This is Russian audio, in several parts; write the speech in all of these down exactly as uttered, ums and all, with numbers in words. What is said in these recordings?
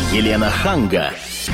Елена Ханга.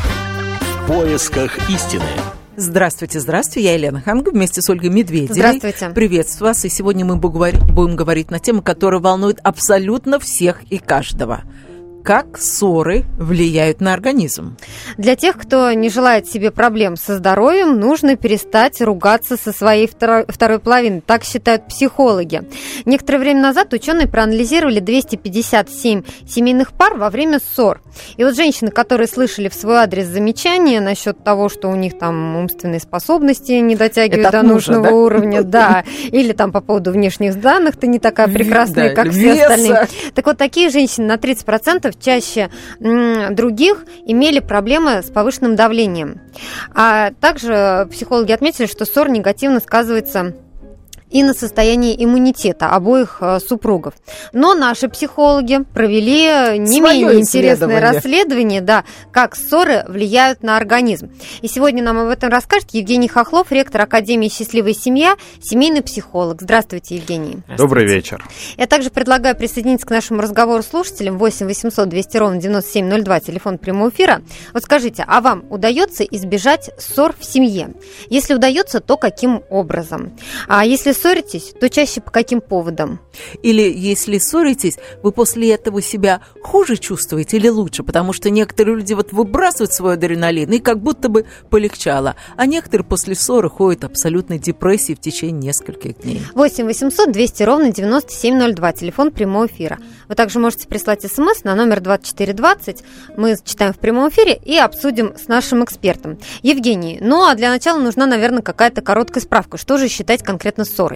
В поисках истины. Здравствуйте, здравствуйте, я Елена Ханга вместе с Ольгой Медведевой. Здравствуйте. Приветствую вас, и сегодня мы будем говорить на тему, которая волнует абсолютно всех и каждого. Как ссоры влияют на организм? Для тех, кто не желает себе проблем со здоровьем, нужно перестать ругаться со своей второй, второй половиной. Так считают психологи. Некоторое время назад ученые проанализировали двести пятьдесят семь семейных пар во время ссор. И вот женщины, которые слышали в свой адрес замечания насчет того, что у них там умственные способности не дотягивают до нужного уровня, да, или там по поводу внешних данных ты не такая прекрасная, как все остальные. Так вот, такие женщины на тридцать процентов чаще м, других имели проблемы с повышенным давлением. А также психологи отметили, что ссор негативно сказывается и на состоянии иммунитета обоих э, супругов. Но наши психологи провели не Своё менее интересное расследование, да, как ссоры влияют на организм. И сегодня нам об этом расскажет Евгений Хохлов, ректор Академии «Счастливая семья», семейный психолог. Здравствуйте, Евгений. Здравствуйте. Добрый вечер. Я также предлагаю присоединиться к нашему разговору слушателям. восемь восемьсот двести ровно девяносто семь ноль два, телефон прямого эфира. Вот скажите, а вам удается избежать ссор в семье? Если удается, то каким образом? А если ссоритесь, то чаще по каким поводам? Или если ссоритесь, вы после этого себя хуже чувствуете или лучше? Потому что некоторые люди вот выбрасывают свой адреналин и как будто бы полегчало. А некоторые после ссоры ходят в абсолютной депрессии в течение нескольких дней. восемь восемьсот двести ровно девяносто семь ноль два, телефон прямого эфира. Вы также можете прислать смс на номер двадцать четыре двадцать. Мы читаем в прямом эфире и обсудим с нашим экспертом. Евгений, ну а для начала нужна, наверное, какая-то короткая справка. Что же считать конкретно ссорой?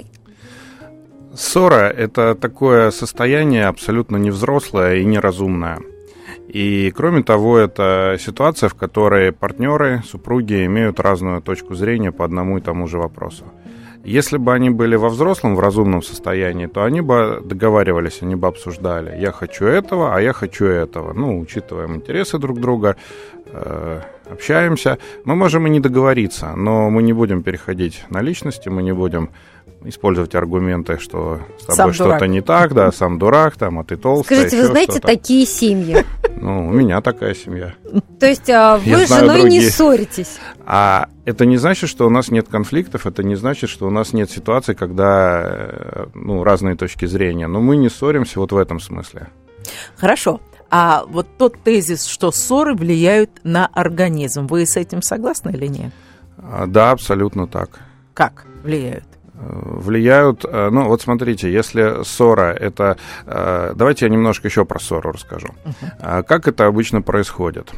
Ссора – это такое состояние абсолютно невзрослое и неразумное. И, кроме того, это ситуация, в которой партнеры, супруги имеют разную точку зрения по одному и тому же вопросу. Если бы они были во взрослом, в разумном состоянии, то они бы договаривались, они бы обсуждали. Я хочу этого, а я хочу этого. Ну, учитываем интересы друг друга, э, общаемся. Мы можем и не договориться, но мы не будем переходить на личности, мы не будем использовать аргументы, что с тобой сам что-то дурак. Не так, да, сам дурак, там, а ты толстая. Скажите, вы знаете что-то. Такие семьи? Ну, у меня такая семья. То есть вы с женой не ссоритесь? А это не значит, что у нас нет конфликтов, это не значит, что у нас нет ситуаций, когда, ну, разные точки зрения. Но мы не ссоримся вот в этом смысле. Хорошо. А вот тот тезис, что ссоры влияют на организм, вы с этим согласны или нет? Да, абсолютно так. Как влияют? Влияют, ну вот смотрите, если ссора это, давайте я немножко еще про ссору расскажу. Uh-huh. Как это обычно происходит?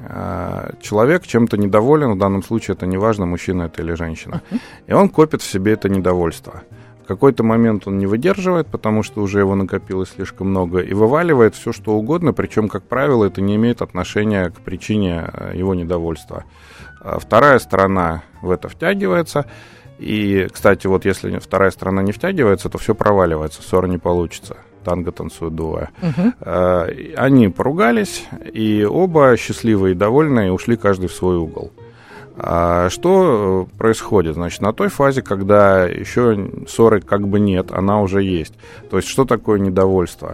Человек чем-то недоволен, в данном случае это неважно, мужчина это или женщина, uh-huh. и он копит в себе это недовольство. В какой-то момент он не выдерживает, потому что уже его накопилось слишком много, и вываливает все, что угодно, причем, как правило, это не имеет отношения к причине его недовольства. Вторая сторона в это втягивается. И, кстати, вот если вторая сторона не втягивается, то все проваливается, ссора не получится. Танго танцуют двое. Uh-huh. Они поругались, и оба счастливые и довольные ушли каждый в свой угол. Что происходит? Значит, на той фазе, когда еще ссоры как бы нет, она уже есть. То есть, что такое недовольство?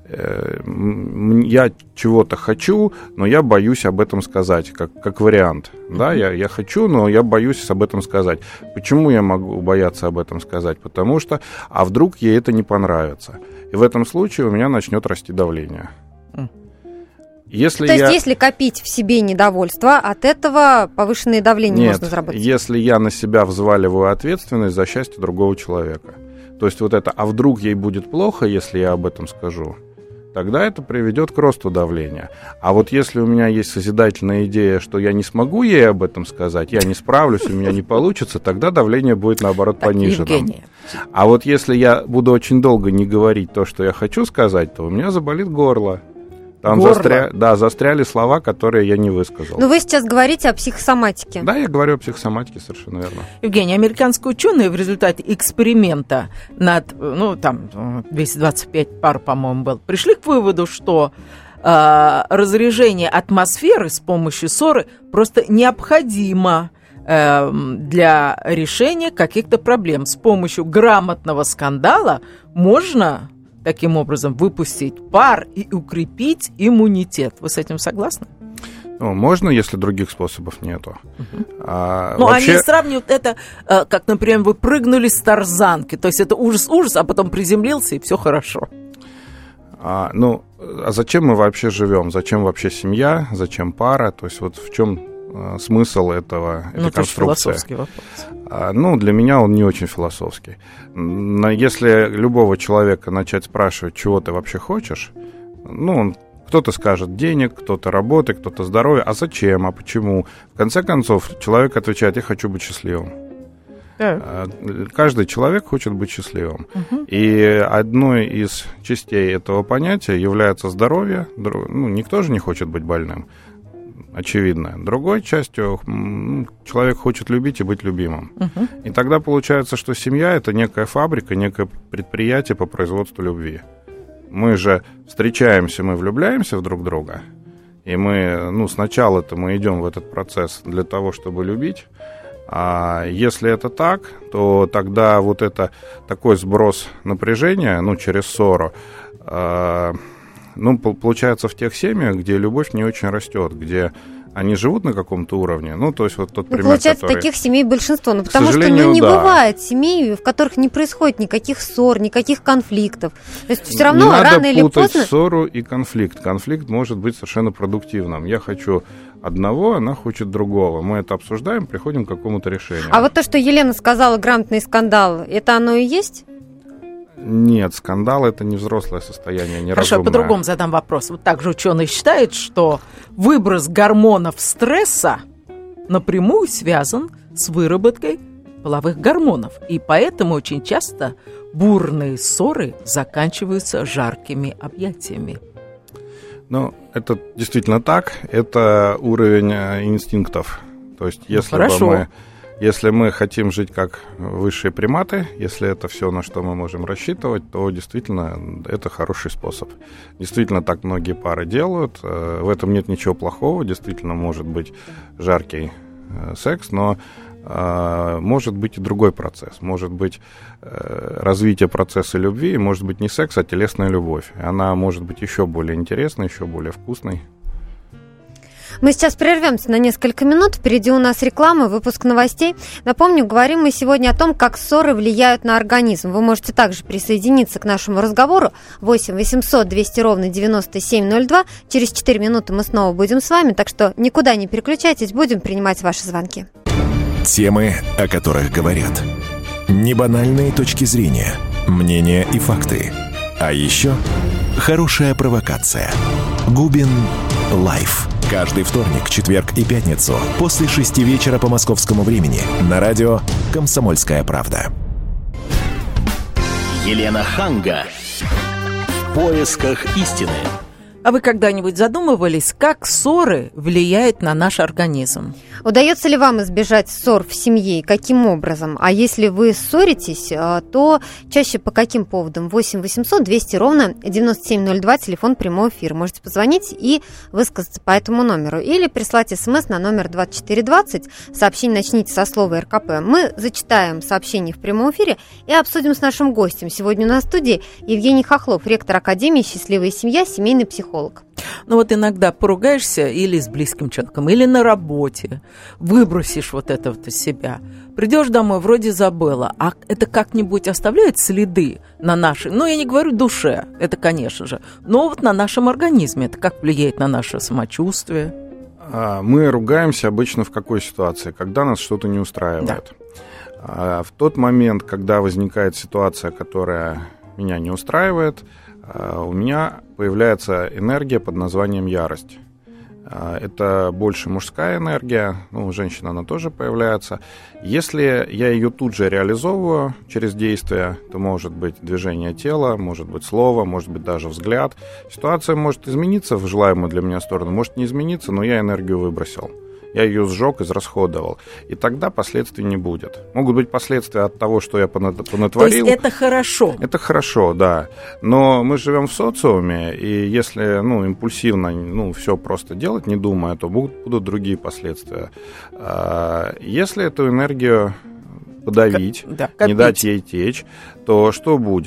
Я чего-то хочу, но я боюсь об этом сказать, как, как вариант. Да, я, я хочу, но я боюсь об этом сказать. Почему я могу бояться об этом сказать? Потому что, а вдруг ей это не понравится? И в этом случае у меня начнет расти давление. Если То есть, я... если копить в себе недовольство, от этого повышенное давление Нет, можно заработать? Если я на себя взваливаю ответственность за счастье другого человека. То есть, вот это, а вдруг ей будет плохо, если я об этом скажу, тогда это приведет к росту давления. А вот если у меня есть созидательная идея, что я не смогу ей об этом сказать, я не справлюсь, у меня не получится, тогда давление будет, наоборот, так, пониженным. Евгения. А вот если я буду очень долго не говорить то, что я хочу сказать, то у меня заболит горло. Там застря... да, застряли слова, которые я не высказал. Но вы сейчас говорите о психосоматике. Да, я говорю о психосоматике, совершенно верно. Евгений, американские ученые в результате эксперимента над, ну, там, двести двадцать пять пар, по-моему, был, пришли к выводу, что э, разряжение атмосферы с помощью ссоры просто необходимо э, для решения каких-то проблем. С помощью грамотного скандала можно... таким образом выпустить пар и укрепить иммунитет. Вы с этим согласны? Ну, можно, если других способов нету. Угу. А, ну, вообще... они сравнивают это, как, например, вы прыгнули с тарзанки. То есть это ужас-ужас, а потом приземлился, и все хорошо. А, ну, а зачем мы вообще живем? Зачем вообще семья? Зачем пара? То есть вот в чем а, смысл этого, этой ну, конструкции? Философский вопрос. А, ну, для меня он не очень философский. Но если любого человека начать спрашивать, чего ты вообще хочешь, ну, он, кто-то скажет денег, кто-то работы, кто-то здоровья. А зачем? А почему? В конце концов, человек отвечает: я хочу быть счастливым. Да. Каждый человек хочет быть счастливым. Угу. И одной из частей этого понятия является здоровье. Ну, никто же не хочет быть больным, очевидно. Другой частью человек хочет любить и быть любимым. Угу. И тогда получается, что семья – это некая фабрика, некое предприятие по производству любви. Мы же встречаемся, мы влюбляемся в друг друга. И мы, ну, сначала-то мы идем в этот процесс для того, чтобы любить. А если это так, то тогда вот это такой сброс напряжения, ну, через ссору, э, ну, получается в тех семьях, где любовь не очень растет, где они живут на каком-то уровне. Ну, то есть вот тот ну, пример, получается, который... таких семей большинство. Ну, потому что ну, не да. бывает семей, в которых не происходит никаких ссор, никаких конфликтов. То есть все равно не надо рано или путать поздно... ссору и конфликт. Конфликт может быть совершенно продуктивным. Я хочу одного, она хочет другого. Мы это обсуждаем, приходим к какому-то решению. А вот то, что Елена сказала, грамотный скандал, это оно и есть? Нет, скандал – это не взрослое состояние, неразумное. Хорошо, я по-другому задам вопрос. Вот также ученый считает, что выброс гормонов стресса напрямую связан с выработкой половых гормонов. И поэтому очень часто бурные ссоры заканчиваются жаркими объятиями. Ну, это действительно так. Это уровень инстинктов. То есть, если ну, бы мы... Если мы хотим жить как высшие приматы, если это все, на что мы можем рассчитывать, то действительно это хороший способ. Действительно так многие пары делают, в этом нет ничего плохого, действительно может быть жаркий секс, но может быть и другой процесс, может быть развитие процесса любви, может быть не секс, а телесная любовь. Она может быть еще более интересной, еще более вкусной. Мы сейчас прервемся на несколько минут. Впереди у нас реклама, выпуск новостей. Напомню, говорим мы сегодня о том, как ссоры влияют на организм. Вы можете также присоединиться к нашему разговору. восемь восемьсот двести ровно девяносто семь ноль два. Через четыре минуты мы снова будем с вами, так что никуда не переключайтесь, будем принимать ваши звонки. Темы, о которых говорят. Небанальные точки зрения, мнения и факты. А еще хорошая провокация. Губин Лайф. Каждый вторник, четверг и пятницу после шести вечера по московскому времени на радио «Комсомольская правда». Елена Ханга. В поисках истины. А вы когда-нибудь задумывались, как ссоры влияют на наш организм? Удается ли вам избежать ссор в семье и каким образом? А если вы ссоритесь, то чаще по каким поводам? восемь восемьсот двести ровно девяносто семь ноль два, телефон прямой эфир. Можете позвонить и высказаться по этому номеру. Или прислать смс на номер двадцать четыре двадцать. Сообщение начните со слова эр ка пэ. Мы зачитаем сообщение в прямом эфире и обсудим с нашим гостем. Сегодня у нас в студии Евгений Хохлов, ректор Академии «Счастливая семья», семейный психолог. Ну вот иногда поругаешься или с близким человеком, или на работе, выбросишь вот это вот из себя. Придешь домой, вроде забыла, а это как-нибудь оставляет следы на нашей, ну я не говорю душе, это конечно же, но вот на нашем организме, это как влияет на наше самочувствие? Мы ругаемся обычно в какой ситуации? Когда нас что-то не устраивает. Да. В тот момент, когда возникает ситуация, которая меня не устраивает, у меня появляется энергия под названием ярость. Это больше мужская энергия, ну, у женщин она тоже появляется. Если я ее тут же реализовываю через действие, то может быть движение тела, может быть слово, может быть даже взгляд. Ситуация может измениться в желаемую для меня сторону, может не измениться, но я энергию выбросил. Я ее сжег, израсходовал. И тогда последствий не будет. Могут быть последствия от того, что я понатворил. То есть это хорошо? Это хорошо, да. Но мы живем в социуме, и если ну, импульсивно ну, все просто делать, не думая, то будут, будут другие последствия. Если эту энергию подавить, да, не дать ей течь, то что будет?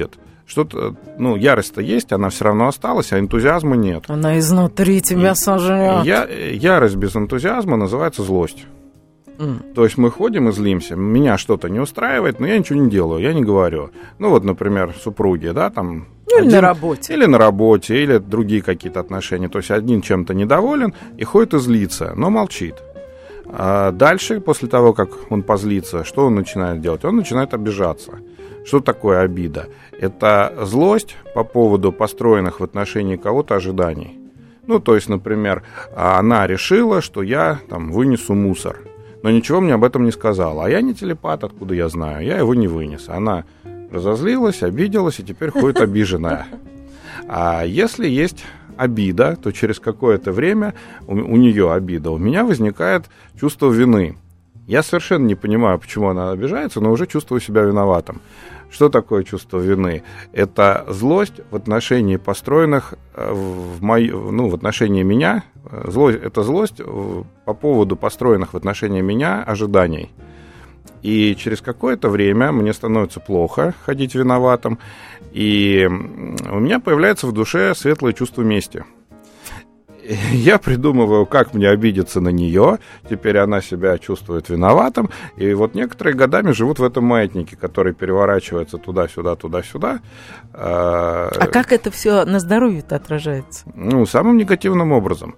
Что-то, ну, ярость-то есть, она все равно осталась, а энтузиазма нет. Она изнутри тебя сожрет. Я, ярость без энтузиазма называется злость. Mm. То есть мы ходим и злимся, меня что-то не устраивает, но я ничего не делаю, я не говорю. Ну вот, например, супруги, да, там... Или один, на работе. Или на работе, или другие какие-то отношения. То есть один чем-то недоволен и ходит и злится, но молчит. А дальше, после того, как он позлится, что он начинает делать? Он начинает обижаться. Что такое обида? Это злость по поводу построенных в отношении кого-то ожиданий. Ну, то есть, например, она решила, что я там вынесу мусор, но ничего мне об этом не сказала. А я не телепат, откуда я знаю, я его не вынес. Она разозлилась, обиделась и теперь ходит обиженная. А если есть обида, то через какое-то время у, у нее обида, у меня возникает чувство вины. Я совершенно не понимаю, почему она обижается, но уже чувствую себя виноватым. Что такое чувство вины? Это злость в отношении построенных, в, мои, ну, в отношении меня, злость, это злость по поводу построенных в отношении меня ожиданий. И через какое-то время мне становится плохо ходить виноватым, и у меня появляется в душе светлое чувство мести. Я придумываю, как мне обидеться на нее, теперь она себя чувствует виноватым, и вот некоторые годами живут в этом маятнике, который переворачивается туда-сюда, туда-сюда. А как это все на здоровье-то отражается? Ну, самым негативным образом.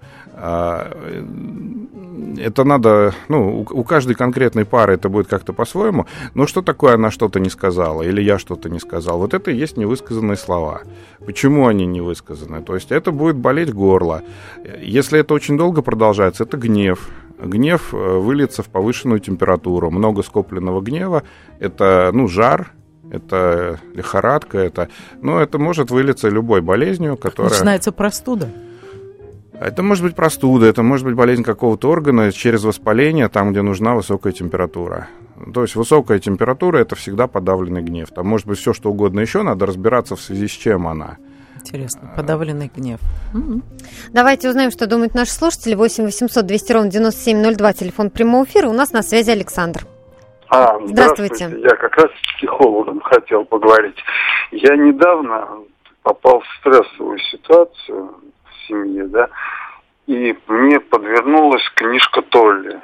Это надо, ну, у каждой конкретной пары это будет как-то по-своему, но что такое она что-то не сказала, или я что-то не сказал, вот это и есть невысказанные слова. Почему они не высказаны? То есть это будет болеть горло. Если это очень долго продолжается, это гнев. Гнев выльется в повышенную температуру, много скопленного гнева, это, ну, жар, это лихорадка, это, ну, это может вылиться любой болезнью, которая... Начинается простуда. Это может быть простуда, это может быть болезнь какого-то органа через воспаление, там, где нужна высокая температура. То есть высокая температура – это всегда подавленный гнев. Там может быть все, что угодно еще, надо разбираться, в связи с чем она. Интересно, подавленный гнев. Mm-hmm. Давайте узнаем, что думают наши слушатели. восемь восемьсот двести ровно девяносто семь ноль два, телефон прямого эфира. У нас на связи Александр. А, здравствуйте. здравствуйте. Я как раз с психологом хотел поговорить. Я недавно попал в стрессовую ситуацию в семье, да, и мне подвернулась книжка Толли.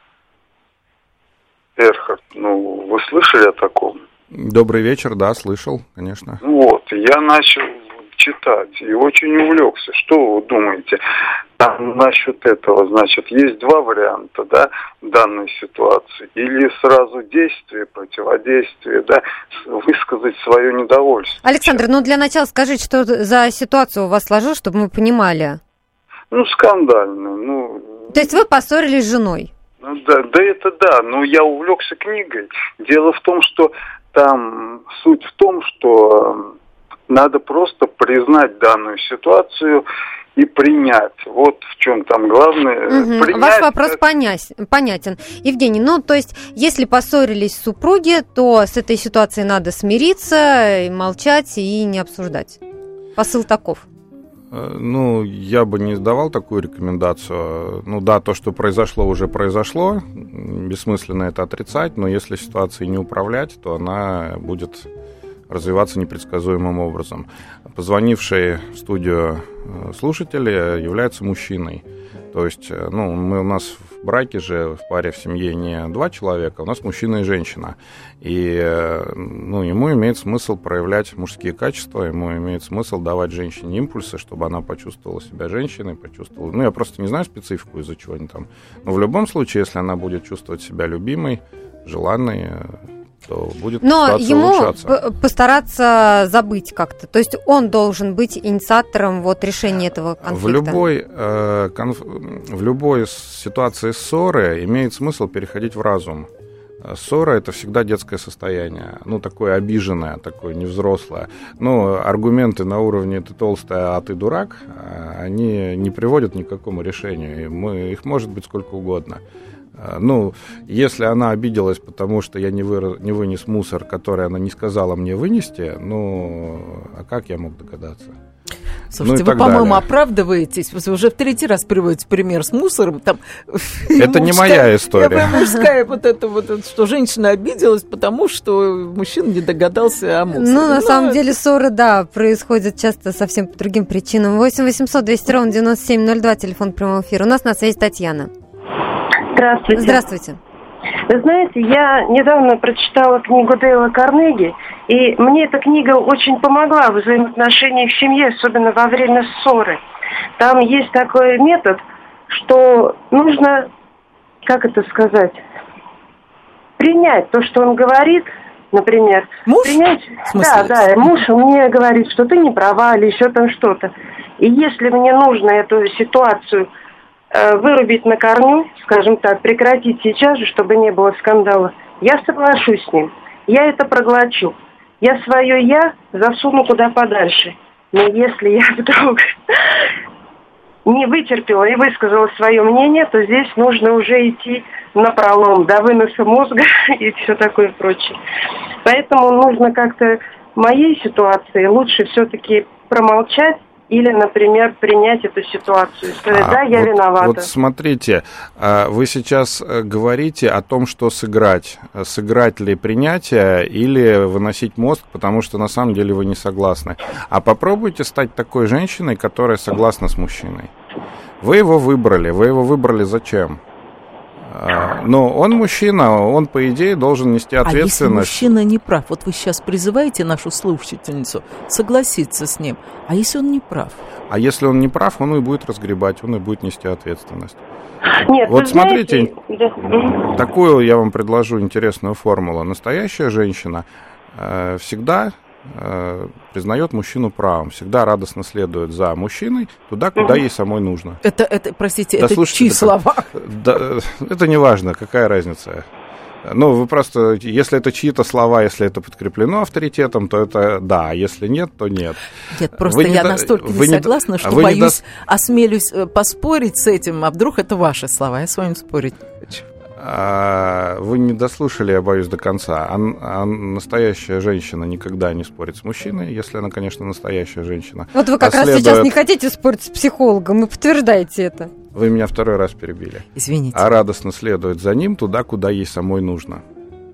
Эрхард, ну, вы слышали о таком? Добрый вечер, да, слышал, конечно. Вот, я начал читать и очень увлекся. Что вы думаете? Там насчет этого, значит, есть два варианта, да, данной ситуации. Или сразу действие, противодействие, да, высказать свое недовольство. Александр, ну для начала скажите, что за ситуацию у вас сложилась, чтобы мы понимали. Ну, скандальную, ну... То есть вы поссорились с женой? Ну, да, да, это да, но я увлекся книгой. Дело в том, что там суть в том, что надо просто признать данную ситуацию и принять. Вот в чем там главное. Угу. Принять... Ваш вопрос понять, понятен. Евгений, ну, то есть, если поссорились супруги, то с этой ситуацией надо смириться, и молчать и не обсуждать. Посыл таков. Ну, я бы не давал такую рекомендацию. Ну да, то, что произошло, уже произошло. Бессмысленно это отрицать, но если ситуацией не управлять, то она будет развиваться непредсказуемым образом. Позвонивший в студию слушатели является мужчиной. То есть, ну, мы, у нас в браке же, в паре, в семье не два человека, у нас мужчина и женщина. И, ну, ему имеет смысл проявлять мужские качества, ему имеет смысл давать женщине импульсы, чтобы она почувствовала себя женщиной, почувствовала... Ну, я просто не знаю специфику, из-за чего они там. Но в любом случае, если она будет чувствовать себя любимой, желанной, то будет Но ему улучшаться. Постараться забыть как-то. То есть он должен быть инициатором вот решения этого конфликта. В любой, э, конф... в любой ситуации ссоры имеет смысл переходить в разум. Ссора – это всегда детское состояние, ну, такое обиженное, такое невзрослое. Но аргументы на уровне «ты толстая, а ты дурак», они не приводят ни к какому решению. И мы... Их может быть сколько угодно. Ну, если она обиделась, потому что я не, вы... не вынес мусор, который она не сказала мне вынести, ну, а как я мог догадаться? Слушайте, ну вы, по-моему, далее. оправдываетесь. Вы уже в третий раз приводите пример с мусором. Там, это не моя история. Мужская вот это вот, что женщина обиделась, потому что мужчина не догадался о мусоре. Ну, на Но... самом деле, ссоры, да, происходят часто совсем по другим причинам. восемь восемьсот двести ровно девяносто семь ноль два, телефон прямого эфира. У нас на связи Татьяна. Здравствуйте. Здравствуйте. Вы знаете, я недавно прочитала книгу Дейла Карнеги, и мне эта книга очень помогла в взаимоотношениях в семье, особенно во время ссоры. Там есть такой метод, что нужно, как это сказать, принять то, что он говорит, например. Муж? Принять, в смысле? да, да, муж мне говорит, что ты не права или еще там что-то. И если мне нужно эту ситуацию вырубить на корню, скажем так, прекратить сейчас же, чтобы не было скандала, я соглашусь с ним. Я это проглочу. Я свое «я» засуну куда подальше. Но если я вдруг не вытерпела и высказала свое мнение, то здесь нужно уже идти напролом до выноса мозга и все такое прочее. Поэтому нужно как-то в моей ситуации лучше все-таки промолчать, или, например, принять эту ситуацию, сказать, да, я вот, виновата. Вот смотрите, вы сейчас говорите о том, что сыграть. Сыграть ли принятие или выносить мозг, потому что на самом деле вы не согласны. А попробуйте стать такой женщиной, которая согласна с мужчиной. Вы его выбрали. Вы его выбрали зачем? Но он мужчина, он, по идее, должен нести ответственность. А если мужчина не прав? Вот вы сейчас призываете нашу слушательницу согласиться с ним. А если он не прав? А если он не прав, он и будет разгребать, он и будет нести ответственность. Нет, вот смотрите, знаете... такую я вам предложу интересную формулу. Настоящая женщина э, всегда э, признает мужчину правым, всегда радостно следует за мужчиной туда, куда ей самой нужно. Это, это простите, да, это слушайте, чьи это, слова? Да, это не важно, какая разница. Ну, вы просто, если это чьи-то слова, если это подкреплено авторитетом, то это да, а если нет, то нет. Нет, просто вы я не настолько не согласна, не, что боюсь, не до... осмелюсь поспорить с этим, а вдруг это ваши слова, я с вами спорить не хочу. А, вы не дослушали, я боюсь, до конца. А, а настоящая женщина никогда не спорит с мужчиной, если она, конечно, настоящая женщина. Вот вы как а раз следует... сейчас не хотите спорить с психологом, и подтверждаете это. Вы меня второй раз перебили. Извините. А радостно следует за ним туда, куда ей самой нужно.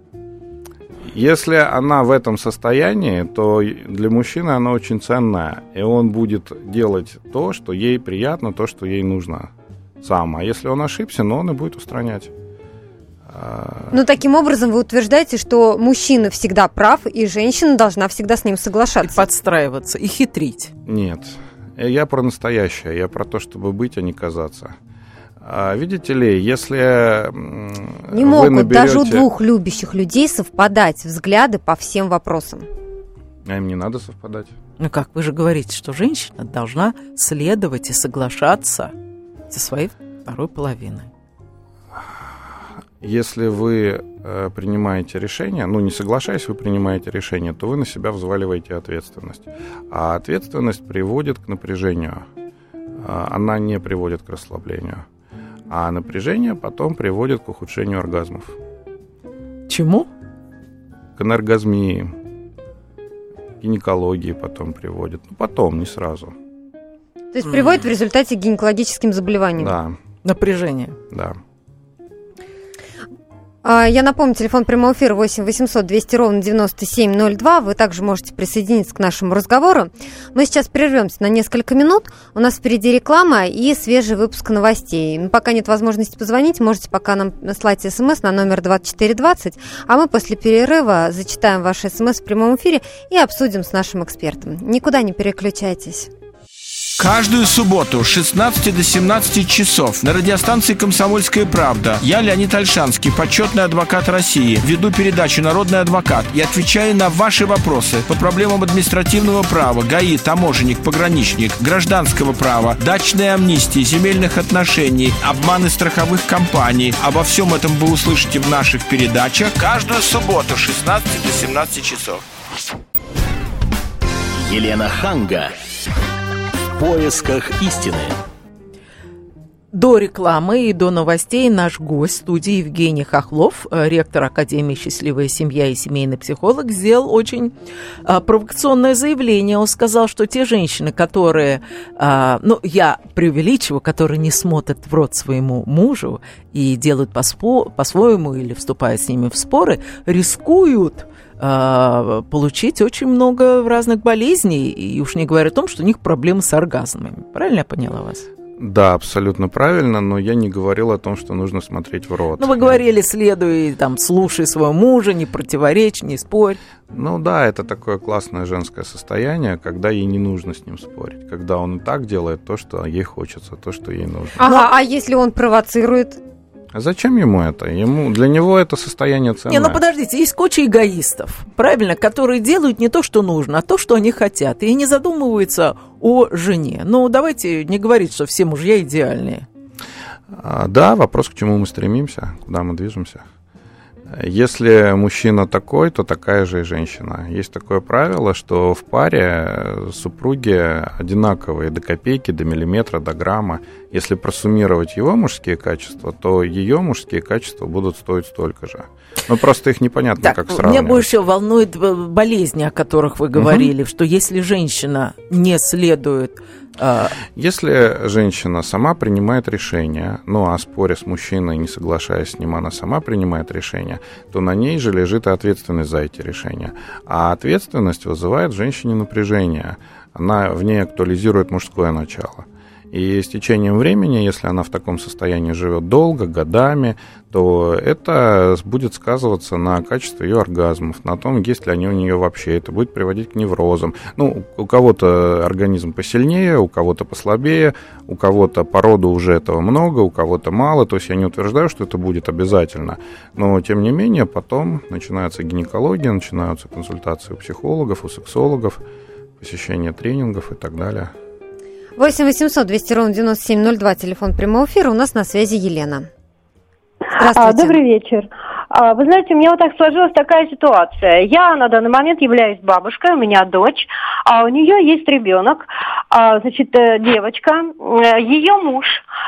Если она в этом состоянии, то для мужчины она очень ценная, и он будет делать то, что ей приятно, то, что ей нужно сам. А если он ошибся, ну, он и будет устранять. Ну, таким образом вы утверждаете, что мужчина всегда прав, и женщина должна всегда с ним соглашаться. И подстраиваться, и хитрить. Нет. Я про настоящее, я про то, чтобы быть, а не казаться. А, видите ли, если не вы могут наберете... даже у двух любящих людей совпадать взгляды по всем вопросам. А им не надо совпадать. Ну как, вы же говорите, что женщина должна следовать и соглашаться со своей второй половиной. Если вы э, принимаете решение, ну, не соглашаясь, вы принимаете решение, то вы на себя взваливаете ответственность. А ответственность приводит к напряжению. А она не приводит к расслаблению. А напряжение потом приводит к ухудшению оргазмов. Чему? К аноргазмии, гинекологии потом приводит. Ну, потом, не сразу. То есть приводит в результате к гинекологическим заболеваниям? Да. Напряжение? Да. Я напомню, телефон прямого эфира восемь восемьсот двести ровно девяносто семь ноль два. Вы также можете присоединиться к нашему разговору. Мы сейчас прервемся на несколько минут. У нас впереди реклама и свежий выпуск новостей. Но пока нет возможности позвонить, можете пока нам слать смс на номер двадцать четыре двадцать. А мы после перерыва зачитаем ваши смс в прямом эфире и обсудим с нашим экспертом. Никуда не переключайтесь. Каждую субботу с шестнадцати до семнадцати часов на радиостанции «Комсомольская правда» я, Леонид Ольшанский, почетный адвокат России, веду передачу «Народный адвокат» и отвечаю на ваши вопросы по проблемам административного права, ГАИ, таможенник, пограничник, гражданского права, дачной амнистии, земельных отношений, обманы страховых компаний. Обо всем этом вы услышите в наших передачах каждую субботу с шестнадцати до семнадцати часов. Елена Ханга. В поисках истины. До рекламы и до новостей наш гость в студии Евгений Хохлов, ректор Академии «Счастливая семья» и семейный психолог, сделал очень а, провокационное заявление. Он сказал, что те женщины, которые, а, ну, я преувеличиваю, которые не смотрят в рот своему мужу и делают по-спо- по-своему или вступают с ними в споры, рискуют а, получить очень много разных болезней, и уж не говоря о том, что у них проблемы с оргазмами. Правильно я поняла вас? Да, абсолютно правильно, но я не говорил о том, что нужно смотреть в рот. Ну, вы говорили, следуй, там, слушай своего мужа, не противоречь, не спорь. Ну да, это такое классное женское состояние, когда ей не нужно с ним спорить, когда он и так делает то, что ей хочется, то, что ей нужно. Ага, но... а если он провоцирует? А зачем ему это? Ему, для него это состояние ценное. Не, ну подождите, есть куча эгоистов, правильно, которые делают не то, что нужно, а то, что они хотят, и не задумываются о жене. Ну, давайте не говорить, что все мужья идеальные. А, да, вопрос, к чему мы стремимся, куда мы движемся. Если мужчина такой, то такая же и женщина. Есть такое правило, что в паре супруги одинаковые до копейки, до миллиметра, до грамма. Если просуммировать его мужские качества, то ее мужские качества будут стоить столько же. Ну, просто их непонятно, так, как сравнивать. Меня больше волнует болезни, о которых вы говорили, угу. что если женщина не следует... Если женщина сама принимает решение, ну, а споря с мужчиной, не соглашаясь с ним, она сама принимает решение, то на ней же лежит и ответственность за эти решения. А ответственность вызывает в женщине напряжение. Она в ней актуализирует мужское начало. И с течением времени, если она в таком состоянии живет долго, годами, то это будет сказываться на качестве ее оргазмов, на том, есть ли они у нее вообще. Это будет приводить к неврозам. Ну, у кого-то организм посильнее, у кого-то послабее, у кого-то по роду уже этого много, у кого-то мало. То есть я не утверждаю, что это будет обязательно. Но, тем не менее, потом начинается гинекология, начинаются консультации у психологов, у сексологов, посещение тренингов и так далее. восемь восемьсот двести ровно девяносто семь ноль два, телефон прямого эфира. У нас на связи Елена. Здравствуйте. А, добрый вечер. А, вы знаете, у меня вот так сложилась такая ситуация. Я на данный момент являюсь бабушкой, у меня дочь, а у нее есть ребенок, а, значит, девочка, ее муж,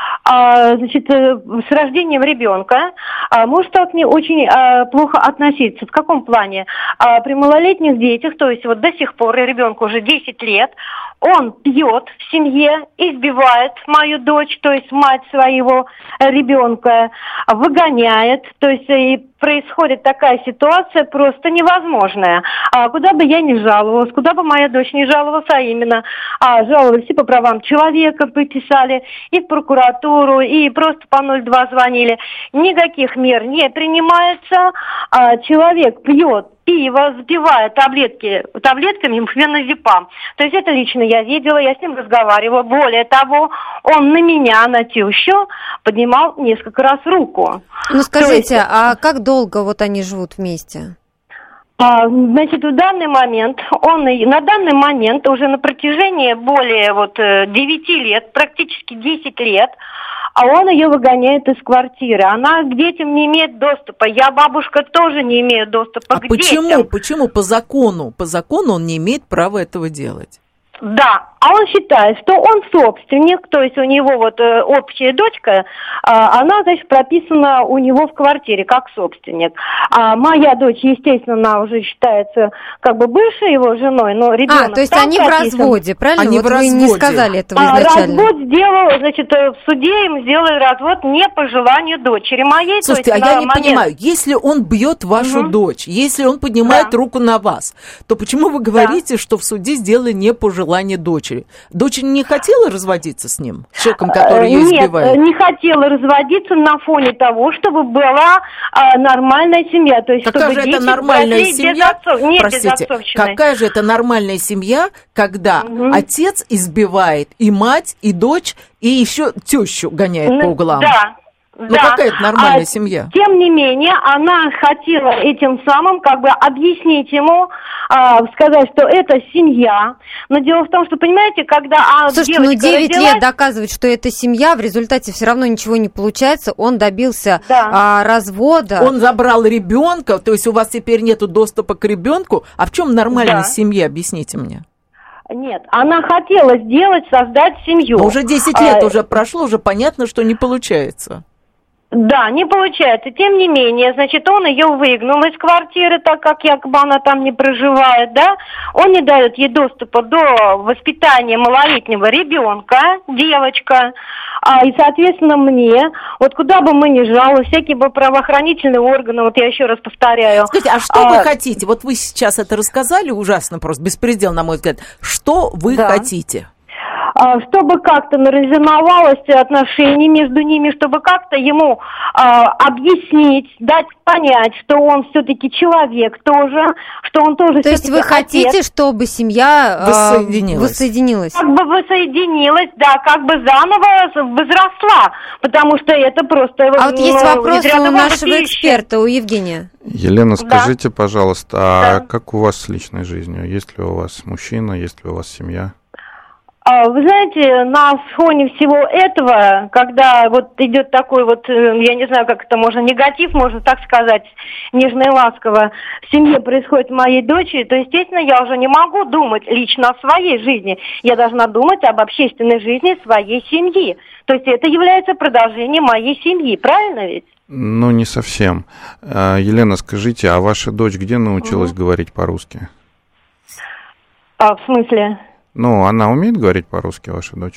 а, значит, с рождением ребенка а, может к ней очень а, плохо относиться. В каком плане? А, при малолетних детях, то есть вот до сих пор, ребенку уже десять лет, он пьет в семье, избивает мою дочь, то есть мать своего ребенка, выгоняет, то есть и происходит такая ситуация просто невозможная. А куда бы я ни жаловалась, куда бы моя дочь ни жаловалась, а именно а, жаловались и по правам человека, писали, и в прокуратуру, и просто по ноль два звонили. Никаких мер не принимается, а, человек пьет пиво, сбивая таблетки, таблетками феназепам. То есть это лично я видела, я с ним разговаривала. Более того, он на меня, на тещу, поднимал несколько раз руку. Ну скажите, есть... а как долго вот они живут вместе? А, значит, в данный момент, он на данный момент уже на протяжении более вот девяти лет, практически десять лет, а он ее выгоняет из квартиры. Она к детям не имеет доступа. Я, бабушка, тоже не имею доступа а к почему? детям. Почему? По закону. По закону он не имеет права этого делать. Да, а он считает, что он собственник, то есть у него вот э, общая дочка, э, она, значит, прописана у него в квартире как собственник. А моя дочь, естественно, она уже считается как бы бывшей его женой, но ребенок. А, то есть они прописан. В разводе, правильно? Они вот в вы разводе. Не сказали этого а, изначально. Развод сделал, значит, в суде им сделали развод не по желанию дочери моей. Слушайте, то есть, а я не момент... понимаю, если он бьет вашу угу. дочь, если он поднимает да. руку на вас, то почему вы говорите, да. что в суде сделали не по желанию дочери? Дочь не хотела разводиться с ним, с человеком, который ее избивает? Нет, не хотела разводиться на фоне того, чтобы была а, нормальная семья. То есть, какая чтобы же это нормальная семья? Без отцов... Нет, Простите, какая же это нормальная семья, когда угу. отец избивает и мать, и дочь, и еще тещу гоняет ну, по углам? Да. Ну, да. какая это нормальная а, семья? Тем не менее, она хотела этим самым как бы объяснить ему, а, сказать, что это семья. Но дело в том, что, понимаете, когда а, Слушайте, ну девять родилась... лет доказывать, что это семья, в результате все равно ничего не получается. Он добился да. а, развода. Он забрал ребенка, то есть у вас теперь нету доступа к ребенку. А в чем нормальная да. семья? Объясните мне. Нет, она хотела сделать, создать семью. Но уже десять лет а, уже прошло, уже понятно, что не получается. Да, не получается. Тем не менее, значит, он ее выгнал из квартиры, так как якобы она там не проживает, да. Он не дает ей доступа до воспитания малолетнего ребенка, девочка. А, и, соответственно, мне, вот куда бы мы ни жаловались, всякие бы правоохранительные органы, вот я еще раз повторяю. Скажите, а что а, вы хотите? Вот вы сейчас это рассказали, ужасно просто, беспредел, на мой взгляд. Что вы да. хотите? Чтобы как-то нарезоновалось отношения между ними, чтобы как-то ему а, объяснить, дать понять, что он все-таки человек тоже, что он тоже. То есть вы хотите, отец. Чтобы семья воссоединилась. воссоединилась? Как бы воссоединилась, да, как бы заново возросла, потому что это просто. А вот ну, есть вопрос у нашего эксперта, у Евгения. Елена, скажите, да. пожалуйста, а да. как у вас с личной жизнью? Есть ли у вас мужчина, есть ли у вас семья? Вы знаете, на фоне всего этого, когда вот идет такой вот, я не знаю, как это можно, негатив, можно так сказать, нежно и ласково, в семье происходит моей дочери, то, естественно, я уже не могу думать лично о своей жизни. Я должна думать об общественной жизни своей семьи. То есть это является продолжением моей семьи, правильно ведь? Ну, не совсем. Елена, скажите, а ваша дочь где научилась угу. говорить по-русски? А, в смысле? Ну, она умеет говорить по-русски, ваша дочь?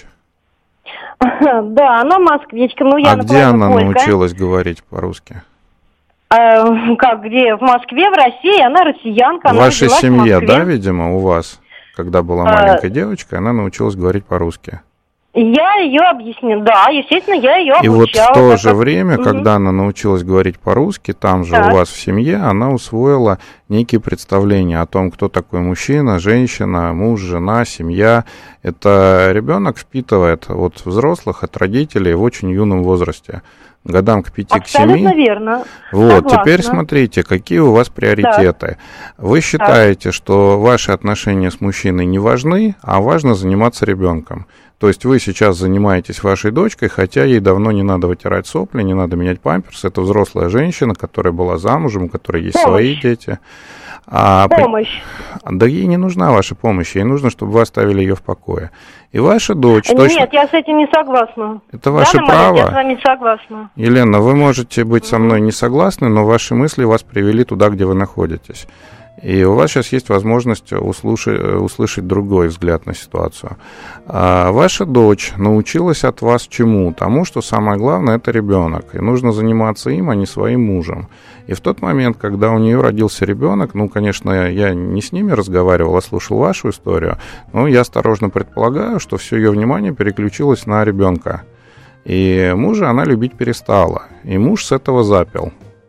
Да, она москвичка. Ну, я, а где она полька. научилась говорить по-русски? А, как, где? В Москве, в России, она россиянка. В вашей семье, да, видимо, у вас, когда была маленькая а... девочка, она научилась говорить по-русски? Я ее объяснила, да, естественно, я ее обучала. И вот в то же время, угу. когда она научилась говорить по-русски, там же так. у вас в семье, она усвоила некие представления о том, кто такой мужчина, женщина, муж, жена, семья. Это ребенок впитывает от взрослых, от родителей в очень юном возрасте. Годам к пяти, к семи. Абсолютно верно. Вот, согласна. Теперь смотрите, какие у вас приоритеты. Да. Вы считаете, да. что ваши отношения с мужчиной не важны, а важно заниматься ребенком. То есть вы сейчас занимаетесь вашей дочкой, хотя ей давно не надо вытирать сопли, не надо менять памперс. Это взрослая женщина, которая была замужем, у которой есть помощь. Свои дети. А, помощь. Да ей не нужна ваша помощь, ей нужно, чтобы вы оставили ее в покое. И ваша дочь... Нет, точно... я с этим не согласна. Это ваше да, право. Я с вами согласна. Елена, вы можете быть со мной не согласны, но ваши мысли вас привели туда, где вы находитесь. И у вас сейчас есть возможность услышать, услышать другой взгляд на ситуацию. А ваша дочь научилась от вас чему? Тому, что самое главное – это ребенок. И нужно заниматься им, а не своим мужем. И в тот момент, когда у нее родился ребенок, ну, конечно, я не с ними разговаривал, а слушал вашу историю, но я осторожно предполагаю, что все ее внимание переключилось на ребенка. И мужа она любить перестала. И муж с этого запил.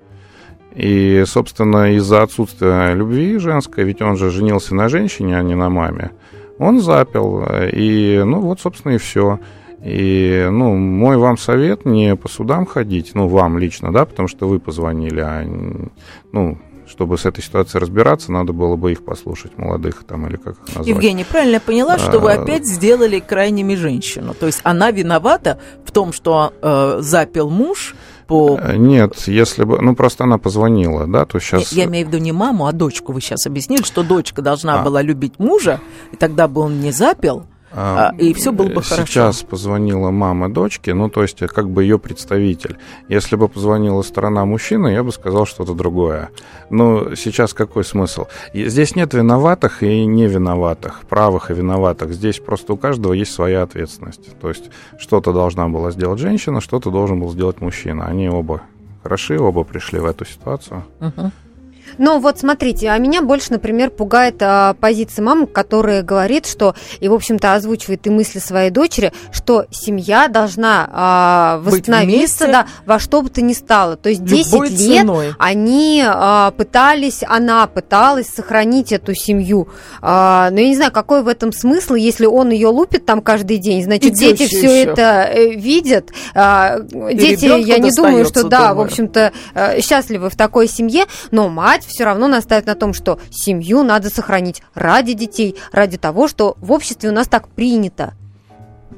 И, собственно, из-за отсутствия любви женской, ведь он же женился на женщине, а не на маме, он запил. И, ну, вот, собственно, и все. И, ну, мой вам совет не по судам ходить, ну, вам лично, да, потому что вы позвонили, а, ну, чтобы с этой ситуацией разбираться, надо было бы их послушать, молодых там, или как их назвать. Евгений, правильно я поняла, что вы опять сделали крайними женщину? То есть она виновата в том, что э, запил муж? По... Нет, если бы, ну просто она позвонила, да, то сейчас... Я, я имею в виду не маму, а дочку. Вы сейчас объяснили, что дочка должна а. была любить мужа, и тогда бы он не запил, а, и все было бы сейчас хорошо. Сейчас позвонила мама дочки, ну то есть как бы ее представитель. Если бы позвонила сторона мужчины, я бы сказал что-то другое. Но сейчас какой смысл? Здесь нет виноватых и не виноватых, правых и виноватых. Здесь просто у каждого есть своя ответственность. То есть что-то должна была сделать женщина, что-то должен был сделать мужчина. Они оба хороши, оба пришли в эту ситуацию. Угу. Ну вот смотрите, а меня больше, например, пугает а, позиция мамы, которая говорит, что, и, в общем-то, озвучивает и мысли своей дочери, что семья должна а, восстановиться да, во что бы то ни стало. То есть десять лет они а, пытались, она пыталась сохранить эту семью. А, но я не знаю, какой в этом смысл, если он ее лупит там каждый день, значит, и дети все еще. это видят. А, дети, я не думаю, что, да, думаю. в общем-то, счастливы в такой семье, но мать все равно настаивает на том, что семью надо сохранить ради детей, ради того, что в обществе у нас так принято.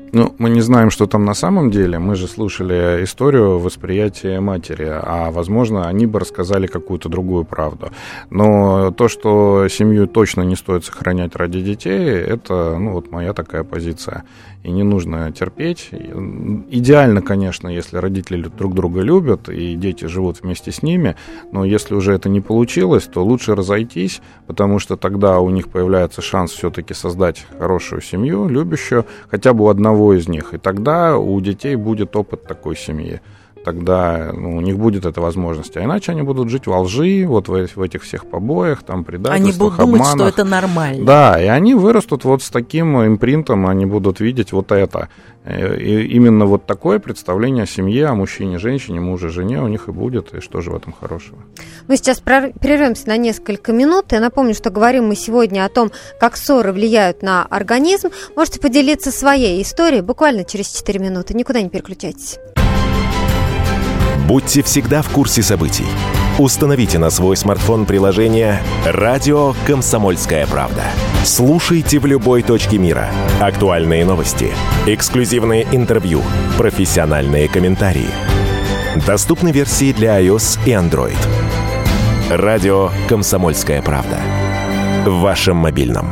Ну, мы не знаем, что там на самом деле. Мы же слушали историю восприятия матери, а, возможно, они бы рассказали какую-то другую правду. Но то, что семью точно не стоит сохранять ради детей, это, ну, вот моя такая позиция. И не нужно терпеть. Идеально, конечно, если родители друг друга любят, и дети живут вместе с ними, но если уже это не получилось, то лучше разойтись, потому что тогда у них появляется шанс все-таки создать хорошую семью, любящую, хотя бы у одного из них. И тогда у детей будет опыт такой семьи. Тогда, ну, у них будет эта возможность. А иначе они будут жить во лжи, вот в, в этих всех побоях, там, предательствах, они будут обманах. думать, что это нормально. Да, и они вырастут вот с таким импринтом, они будут видеть вот это. И именно вот такое представление о семье, о мужчине, женщине, муже, жене у них и будет. И что же в этом хорошего? Мы сейчас прервемся на несколько минут. Я напомню, что говорим мы сегодня о том, как ссоры влияют на организм. Можете поделиться своей историей буквально через четыре минуты. Никуда не переключайтесь. Будьте всегда в курсе событий. Установите на свой смартфон приложение «Радио Комсомольская правда». Слушайте в любой точке мира. Актуальные новости, эксклюзивные интервью, профессиональные комментарии. Доступны версии для iOS и Android. «Радио Комсомольская правда». В вашем мобильном.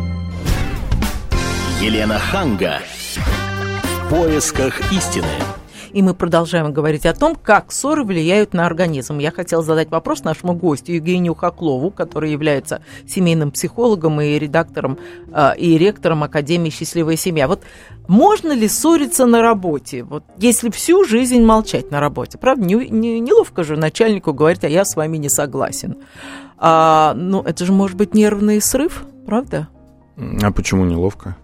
Елена Ханга. В поисках истины. И мы продолжаем говорить о том, как ссоры влияют на организм. Я хотела задать вопрос нашему гостю Евгению Хохлову, который является семейным психологом и редактором э, и ректором Академии «Счастливая семья». Вот можно ли ссориться на работе, вот, если всю жизнь молчать на работе? Правда, не, не, неловко же начальнику говорить, а я с вами не согласен. А, ну, это же может быть нервный срыв, правда? А почему неловко?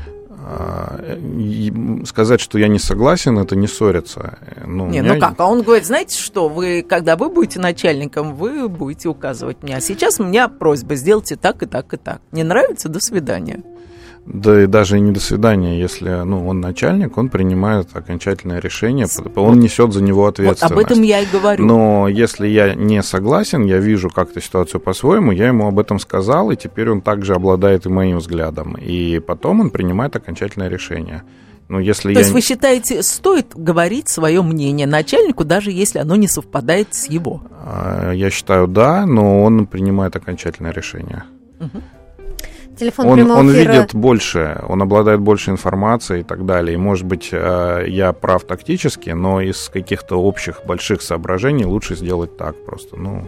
Сказать, что я не согласен, это не ссориться. Ну, не, меня... ну как? А он говорит, знаете что, вы, когда вы будете начальником, вы будете указывать мне. А сейчас у меня просьба, сделайте так и так и так. Не нравится? До свидания. Да и даже и не до свидания, если, ну, он начальник, он принимает окончательное решение, он несет за него ответственность. Вот об этом я и говорю. Но если я не согласен, я вижу как-то ситуацию по-своему, я ему об этом сказал, и теперь он также обладает и моим взглядом. И потом он принимает окончательное решение. Но если То я... есть вы считаете, стоит говорить свое мнение начальнику, даже если оно не совпадает с его? Я считаю, да, но он принимает окончательное решение. Угу. Телефон он, прямого он эфира... видит больше, он обладает больше информацией и так далее. И, может быть, я прав тактически, но из каких-то общих больших соображений лучше сделать так просто. Ну...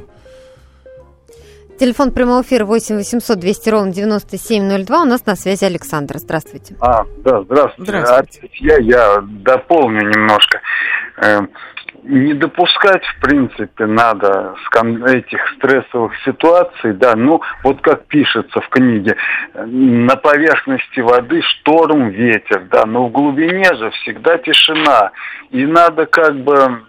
Телефон прямого эфира восемь восемьсот двести ровно девяносто семь ноль два. У нас на связи Александр. Здравствуйте. А, да, здравствуйте. Здравствуйте. Я, я дополню немножко. Не допускать, в принципе, надо этих стрессовых ситуаций, да, ну, вот как пишется в книге, на поверхности воды шторм, ветер, да, но в глубине же всегда тишина, и надо как бы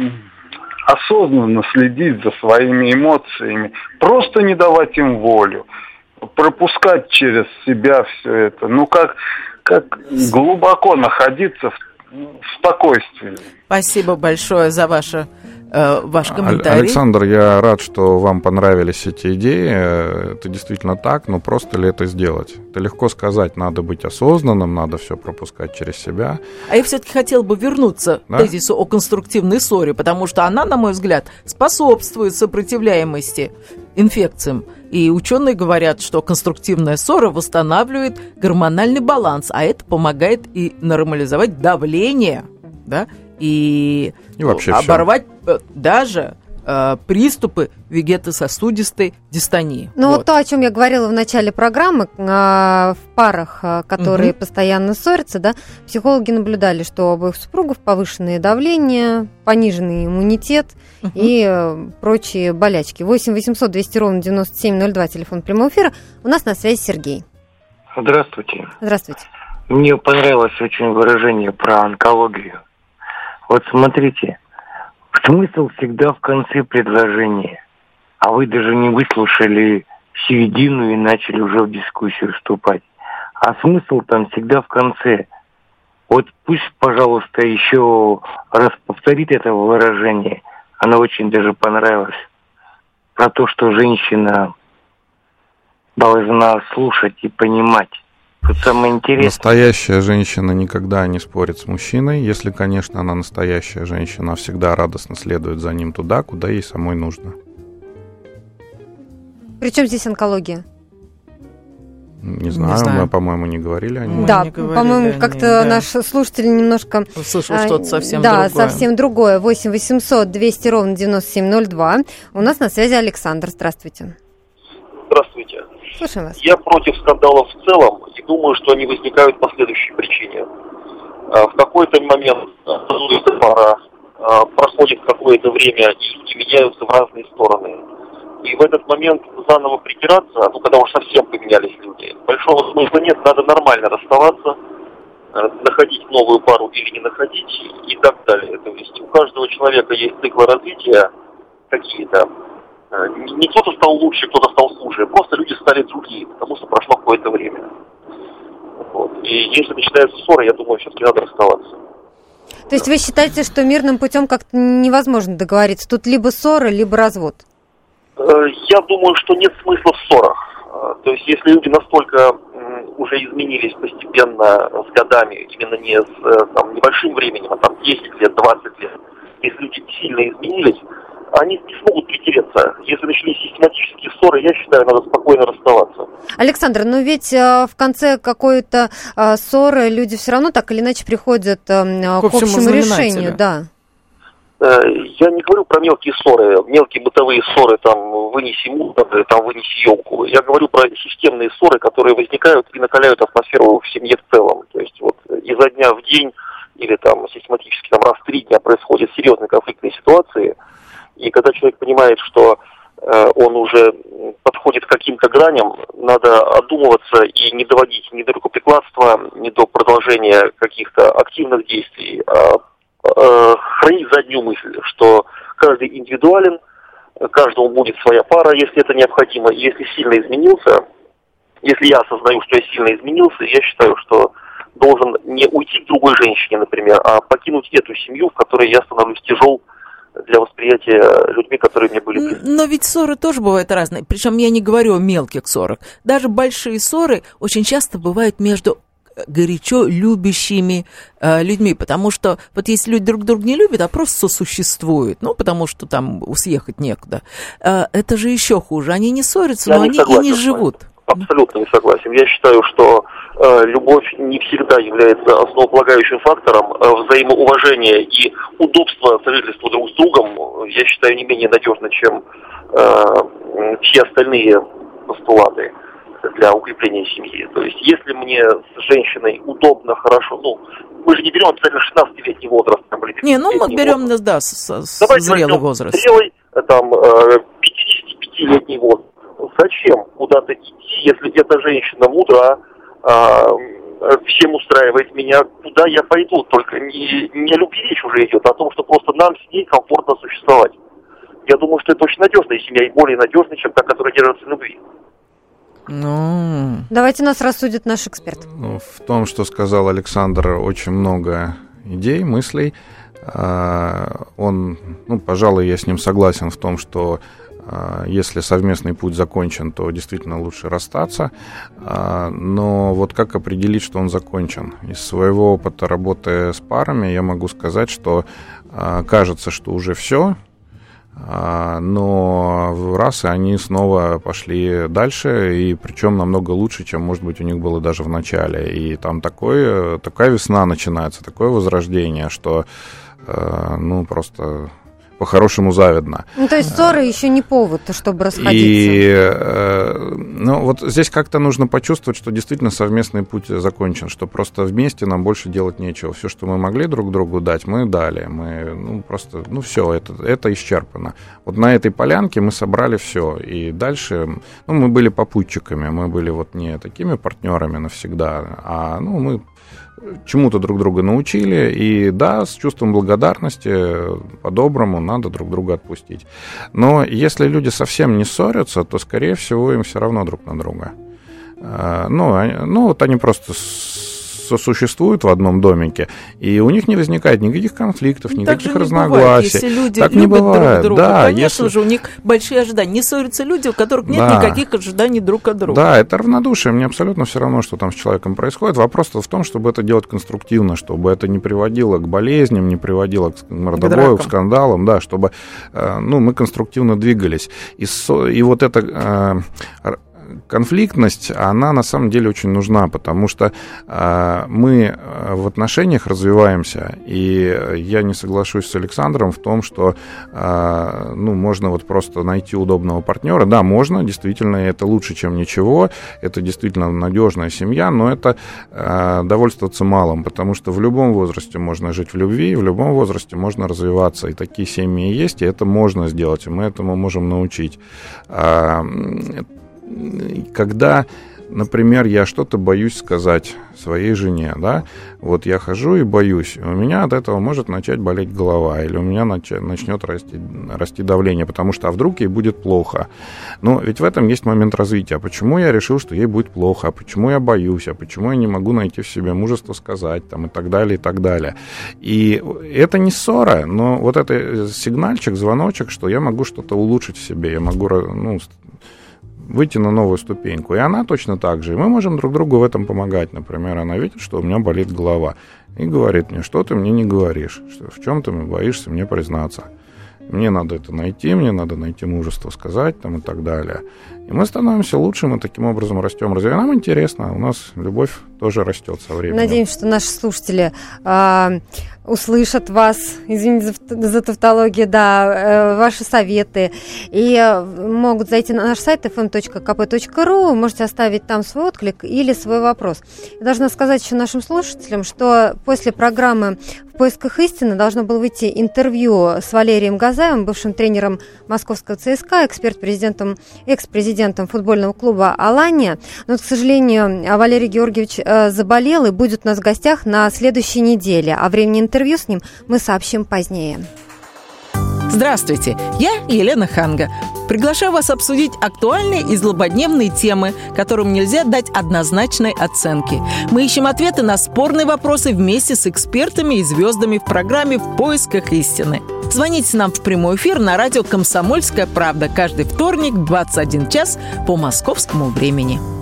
осознанно следить за своими эмоциями, просто не давать им волю, пропускать через себя все это, ну, как, как глубоко находиться в спокойствие. Спасибо большое за ваше, э, ваш комментарий. Александр, я рад, что вам понравились эти идеи. Это действительно так, но просто ли это сделать? Это легко сказать, надо быть осознанным, надо все пропускать через себя. А я все-таки хотела бы вернуться да? к тезису о конструктивной ссоре, потому что она, на мой взгляд, способствует сопротивляемости инфекциям. И ученые говорят, что конструктивная ссора восстанавливает гормональный баланс, а это помогает и нормализовать давление, да, и, и вообще оборвать все. даже э, приступы вегетососудистой дистонии. Ну вот. вот то, о чем я говорила в начале программы, э, в парах, э, которые угу. постоянно ссорятся, да, психологи наблюдали, что у обоих супругов повышенное давление, пониженный иммунитет угу. и э, прочие болячки. восемь восемьсот двести ровно девяносто семь ноль два, телефон прямого эфира. У нас на связи Сергей. Здравствуйте. Здравствуйте. Мне понравилось очень выражение про онкологию. Вот смотрите, смысл всегда в конце предложения, а вы даже не выслушали середину и начали уже в дискуссию вступать. А смысл там всегда в конце. Вот пусть, пожалуйста, еще раз повторит это выражение. Оно очень даже понравилось. Про то, что женщина должна слушать и понимать Тут самое интересное. Настоящая женщина никогда не спорит с мужчиной. Если, конечно, она настоящая женщина, всегда радостно следует за ним туда, куда ей самой нужно. Причем здесь онкология? Не знаю, Не знаю. мы, по-моему, не говорили о ней. Да, не говорили по-моему, о как-то ней, да. наш слушатель немножко... Услышал что-то совсем да, другое. совсем другое. восемь восемьсот двести ровно девяносто семь ноль два. У нас на связи Александр. Здравствуйте. Здравствуйте. Слушаем вас. Я против скандалов в целом и думаю, что они возникают по следующей причине. А, В какой-то момент образуется пара, а, проходит какое-то время, и люди меняются в разные стороны. И в этот момент заново притираться, ну, когда уж совсем поменялись люди, большого смысла нет, надо нормально расставаться, а, находить новую пару или не находить и так далее. То есть у каждого человека есть циклы развития какие-то. А, Не не кто-то стал лучше, кто-то стал хуже, просто люди стали другие, потому что прошло какое-то время. Вот. И если начинаются ссоры, я думаю, все-таки надо расставаться. То есть вы считаете, что мирным путем как-то невозможно договориться? Тут либо ссора, либо развод? Э, Я думаю, что нет смысла в ссорах. Э, То есть если люди настолько м, уже изменились постепенно с годами, именно не с э, там, небольшим временем, а там десять лет, двадцать лет, если люди сильно изменились, они не смогут притереться. Если начались систематические ссоры, я считаю, надо спокойно расставаться. Александр, но ведь э, в конце какой-то э, ссоры люди все равно так или иначе приходят э, к общему общему решению. знаменателю. Да. Э, Я не говорю про мелкие ссоры, мелкие бытовые ссоры, там, вынеси мусор, там, вынеси елку. Я говорю про системные ссоры, которые возникают и накаляют атмосферу в семье в целом. То есть вот изо дня в день или там систематически там, раз в три дня происходят серьезные конфликтные ситуации. И когда человек понимает, что э, он уже подходит к каким-то граням, надо одумываться и не доводить ни до рукоприкладства, ни до продолжения каких-то активных действий, а э, хранить заднюю мысль, что каждый индивидуален, каждому будет своя пара, если это необходимо. И если сильно изменился, если я осознаю, что я сильно изменился, я считаю, что должен не уйти к другой женщине, например, а покинуть эту семью, в которой я становлюсь тяжел для восприятия людьми, которые мне были близки. Но ведь ссоры тоже бывают разные. Причем я не говорю о мелких ссорах. Даже большие ссоры очень часто бывают между горячо любящими э, людьми, потому что вот если люди друг друга не любят, а просто сосуществуют, ну, потому что там съехать некуда, э, это же еще хуже. Они не ссорятся, Я но не они и не живут. Абсолютно не согласен. Я считаю, что э, любовь не всегда является основополагающим фактором. Э, взаимоуважение и удобство сожительства друг с другом, я считаю, не менее надежно, чем э, все остальные постулаты для укрепления семьи. То есть, если мне с женщиной удобно, хорошо, ну, мы же не берем обязательно шестнадцатилетний возраст. Там, или Не, ну мы берем, возраст. да, с, с, Давайте зрелый возьмем возраст. Зрелый, там, э, пятидесятипятилетний возраст. Зачем куда-то идти, если эта женщина мудра, а, всем устраивает меня, куда я пойду? Только не, не о любви речь уже идет, а о том, что просто нам с ней комфортно существовать. Я думаю, что это очень надежная семья и более надежная, чем та, которая держится на любви. Ну... Давайте нас рассудит наш эксперт. Ну, в том, что сказал Александр, очень много идей, мыслей. Он, ну, пожалуй, я с ним согласен в том, что если совместный путь закончен, то действительно лучше расстаться. Но вот как определить, что он закончен? Из своего опыта работы с парами я могу сказать, что кажется, что уже все, но раз и они снова пошли дальше, и причем намного лучше, чем, может быть, у них было даже в начале. И там такое, такая весна начинается, такое возрождение, что ну просто... по-хорошему завидно. Ну, то есть ссоры еще не повод, чтобы расходиться. И, э, ну, вот здесь как-то нужно почувствовать, что действительно совместный путь закончен, что просто вместе нам больше делать нечего. Все, что мы могли друг другу дать, мы дали. Мы, ну, просто, ну, все, это, это исчерпано. Вот на этой полянке мы собрали все. И дальше, ну, мы были попутчиками, мы были вот не такими партнерами навсегда, а, ну, мы чему-то друг друга научили, и да, с чувством благодарности по-доброму надо друг друга отпустить. Но если люди совсем не ссорятся, то, скорее всего, им все равно друг на друга. Ну, ну вот они просто сосуществуют в одном домике, и у них не возникает никаких конфликтов, никаких так разногласий. Бывает, если люди так любят не бывает. друг друга, Да, конечно если... же, у них большие ожидания. Не ссорятся люди, у которых нет да. никаких ожиданий друг от друга. Да, это равнодушие. Мне абсолютно все равно, что там с человеком происходит. Вопрос в том, чтобы это делать конструктивно, чтобы это не приводило к болезням, не приводило к мордобою, к, к скандалам, да, чтобы ну, мы конструктивно двигались. И, и вот это... конфликтность, она на самом деле очень нужна, потому что э, мы в отношениях развиваемся, и я не соглашусь с Александром в том, что э, ну, можно вот просто найти удобного партнера. Да, можно, действительно, это лучше, чем ничего, это действительно надежная семья, но это э, довольствоваться малым, потому что в любом возрасте можно жить в любви, в любом возрасте можно развиваться, и такие семьи есть, и это можно сделать, и мы этому можем научить. Когда, например, я что-то боюсь сказать своей жене, да, вот я хожу и боюсь, у меня от этого может начать болеть голова, или у меня нач- начнет расти, расти давление, потому что, а вдруг ей будет плохо. Но ведь в этом есть момент развития. Почему я решил, что ей будет плохо, а почему я боюсь, а почему я не могу найти в себе мужество сказать, там, и так далее, и так далее. И это не ссора, но вот это сигнальчик, звоночек, что я могу что-то улучшить в себе, я могу, ну, выйти на новую ступеньку. И она точно так же. И мы можем друг другу в этом помогать. Например, она видит, что у меня болит голова. И говорит мне, что ты мне не говоришь, что в чем ты боишься мне признаться. Мне надо это найти, мне надо найти мужество сказать там, и так далее. И мы становимся лучше, мы таким образом растем. Разве нам интересно? У нас любовь тоже растет со временем. Надеемся, что наши слушатели э, услышат вас, извините за, за тавтологию, да, э, ваши советы. И э, могут зайти на наш сайт эф эм точка ка пэ точка ру, вы можете оставить там свой отклик или свой вопрос. Я должна сказать еще нашим слушателям, что после программы «В поисках истины» должно было выйти интервью с Валерием Газаевым, бывшим тренером московского ЦСКА, эксперт-президентом, экс-президентом футбольного клуба «Алания». Но, к сожалению, Валерий Георгиевич э, заболел и будет у нас в гостях на следующей неделе. О времени интервью с ним мы сообщим позднее. Здравствуйте, я Елена Ханга. Приглашаю вас обсудить актуальные и злободневные темы, которым нельзя дать однозначной оценки. Мы ищем ответы на спорные вопросы вместе с экспертами и звездами в программе «В поисках истины». Звоните нам в прямой эфир на радио «Комсомольская правда» каждый вторник в двадцать один час по московскому времени.